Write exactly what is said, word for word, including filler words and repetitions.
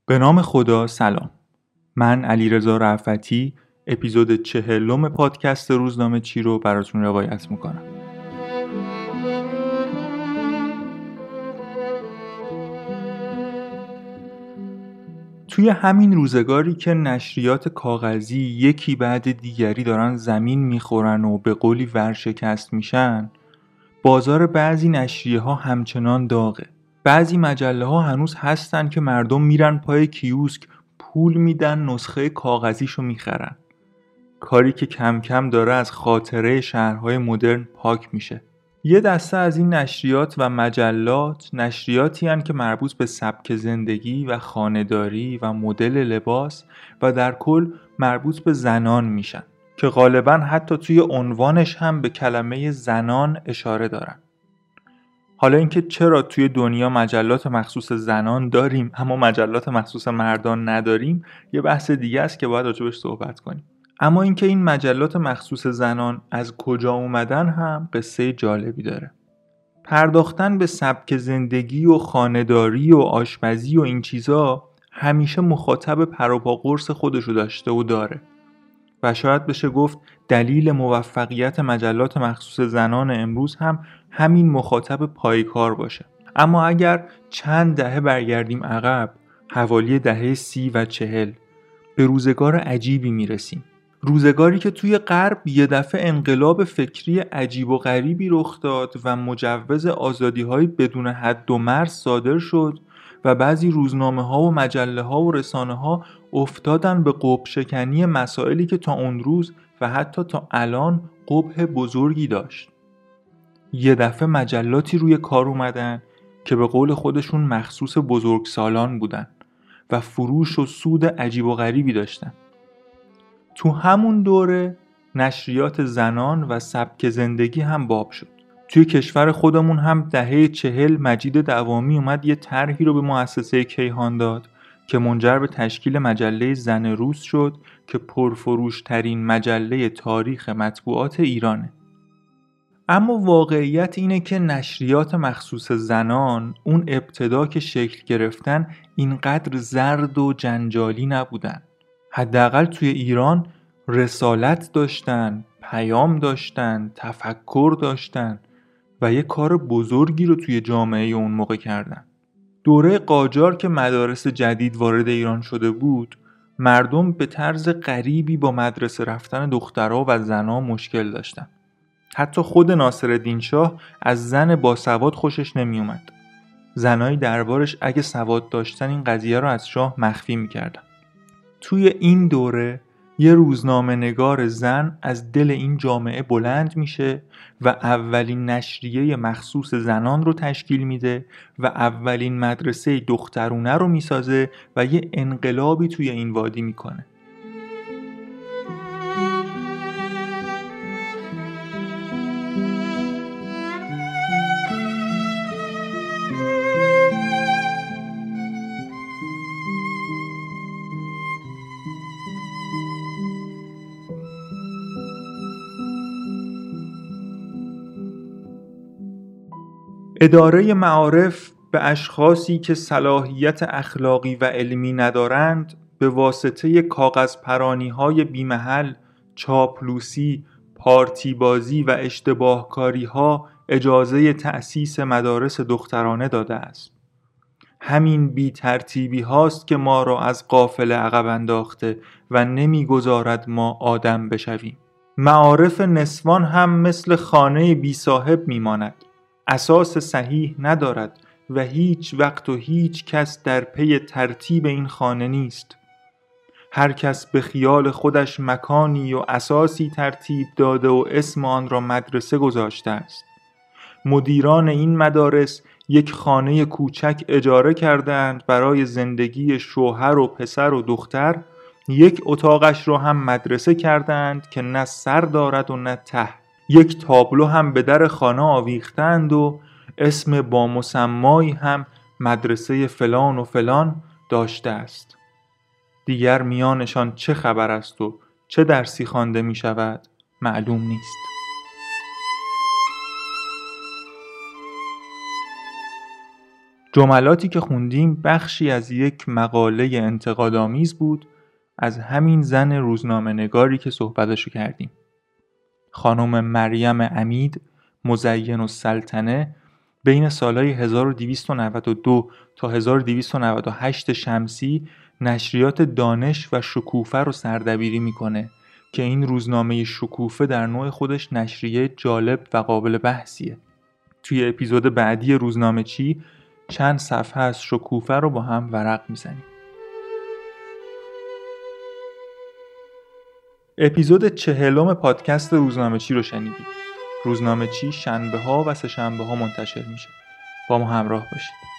به نام خدا سلام. من علیرضا رأفتی اپیزود چهلم پادکست روزنامه چی رو براتون روایت میکنم. توی همین روزگاری که نشریات کاغذی یکی بعد دیگری دارن زمین میخورن و به قولی ورشکست میشن، بازار بعضی نشریه ها همچنان داغه. بعضی مجله ها هنوز هستن که مردم میرن پای کیوسک پول میدن نسخه کاغذیشو میخرن. کاری که کم کم داره از خاطره شهرهای مدرن پاک میشه. یه دسته از این نشریات و مجلات نشریاتی هستند که مربوط به سبک زندگی و خانه‌داری و مدل لباس و در کل مربوط به زنان میشن که غالباً حتی توی عنوانش هم به کلمه زنان اشاره دارن. حالا اینکه چرا توی دنیا مجلات مخصوص زنان داریم اما مجلات مخصوص مردان نداریم یه بحث دیگه است که باید راجبش صحبت کنیم. اما اینکه این مجلات مخصوص زنان از کجا اومدن هم قصه جالبی داره. پرداختن به سبک زندگی و خانه‌داری و آشپزی و این چیزا همیشه مخاطب پر و پا قرص خودشو داشته و داره و شاید بشه گفت دلیل موفقیت مجلات مخصوص زنان امروز هم همین مخاطب پایکار باشه. اما اگر چند دهه برگردیم عقب، حوالی دهه سی و چهل، به روزگار عجیبی میرسیم. روزگاری که توی غرب یه دفعه انقلاب فکری عجیب و غریبی رخ داد و مجوز آزادی‌های بدون حد و مرز صادر شد و بعضی روزنامه‌ها و مجله‌ها و رسانه‌ها افتادن به قبح شکنی مسائلی که تا اون روز و حتی تا الان قبح بزرگی داشت. یه دفعه مجلاتی روی کار اومدن که به قول خودشون مخصوص بزرگسالان بودن و فروش و سود عجیب و غریبی داشتن. تو همون دوره نشریات زنان و سبک زندگی هم باب شد. توی کشور خودمون هم دهه چهل مجید دوامی اومد یه طرحی رو به مؤسسه کیهان داد که منجر به تشکیل مجله زن روز شد که پرفروش ترین مجله تاریخ مطبوعات ایرانه. اما واقعیت اینه که نشریات مخصوص زنان اون ابتدا که شکل گرفتن اینقدر زرد و جنجالی نبودن. حداقل توی ایران رسالت داشتن، پیام داشتن، تفکر داشتن و یه کار بزرگی رو توی جامعه اون موقع کردن. دوره قاجار که مدارس جدید وارد ایران شده بود، مردم به طرز غریبی با مدرسه رفتن دخترها و زنها مشکل داشتن. حتی خود ناصرالدین شاه از زن باسواد خوشش نمی اومد. زنای دربارش اگه سواد داشتن این قضیه رو از شاه مخفی می‌کردن. توی این دوره یه روزنامه نگار زن از دل این جامعه بلند میشه و اولین نشریه مخصوص زنان رو تشکیل میده و اولین مدرسه دخترونه رو میسازه و یه انقلابی توی این وادی میکنه. اداره معارف به اشخاصی که صلاحیت اخلاقی و علمی ندارند به واسطه کاغذ پرانی‌های بی‌محل، چاپلوسی، پارتی بازی و اشتباهکاری‌ها اجازه تأسیس مدارس دخترانه داده است. همین بی ترتیبی هاست که ما را از قافله عقب انداخته و نمیگذارد ما آدم بشویم. معارف نسوان هم مثل خانه بی صاحب میماند. اساس صحیح ندارد و هیچ وقت و هیچ کس در پی ترتیب این خانه نیست. هر کس به خیال خودش مکانی و اساسی ترتیب داده و اسم آن را مدرسه گذاشته است. مدیران این مدارس یک خانه کوچک اجاره کردند برای زندگی شوهر و پسر و دختر، یک اتاقش را هم مدرسه کردند که نه سر دارد و نه ته. یک تابلو هم به در خانه آویختند و اسم با مسمایی هم مدرسه فلان و فلان داشته است. دیگر میانشان چه خبر است و چه درسی خوانده می شود معلوم نیست. جملاتی که خوندیم بخشی از یک مقاله انتقادآمیز بود از همین زن روزنامه نگاری که صحبتشو کردیم. خانم مریم امید مزین السلطنه بین سالهای هزار و دویست و نود و دو تا هزار و دویست و نود و هشت شمسی نشریات دانش و شکوفه رو سردبیری میکنه که این روزنامه شکوفه در نوع خودش نشریه جالب و قابل بحثیه. توی اپیزود بعدی روزنامه چی چند صفحه از شکوفه رو با هم ورق میزنیم. اپیزود چهلم پادکست روزنامه چی رو شنیدید. روزنامه چی شنبه ها و سه شنبه ها منتشر میشه. با ما همراه باشید.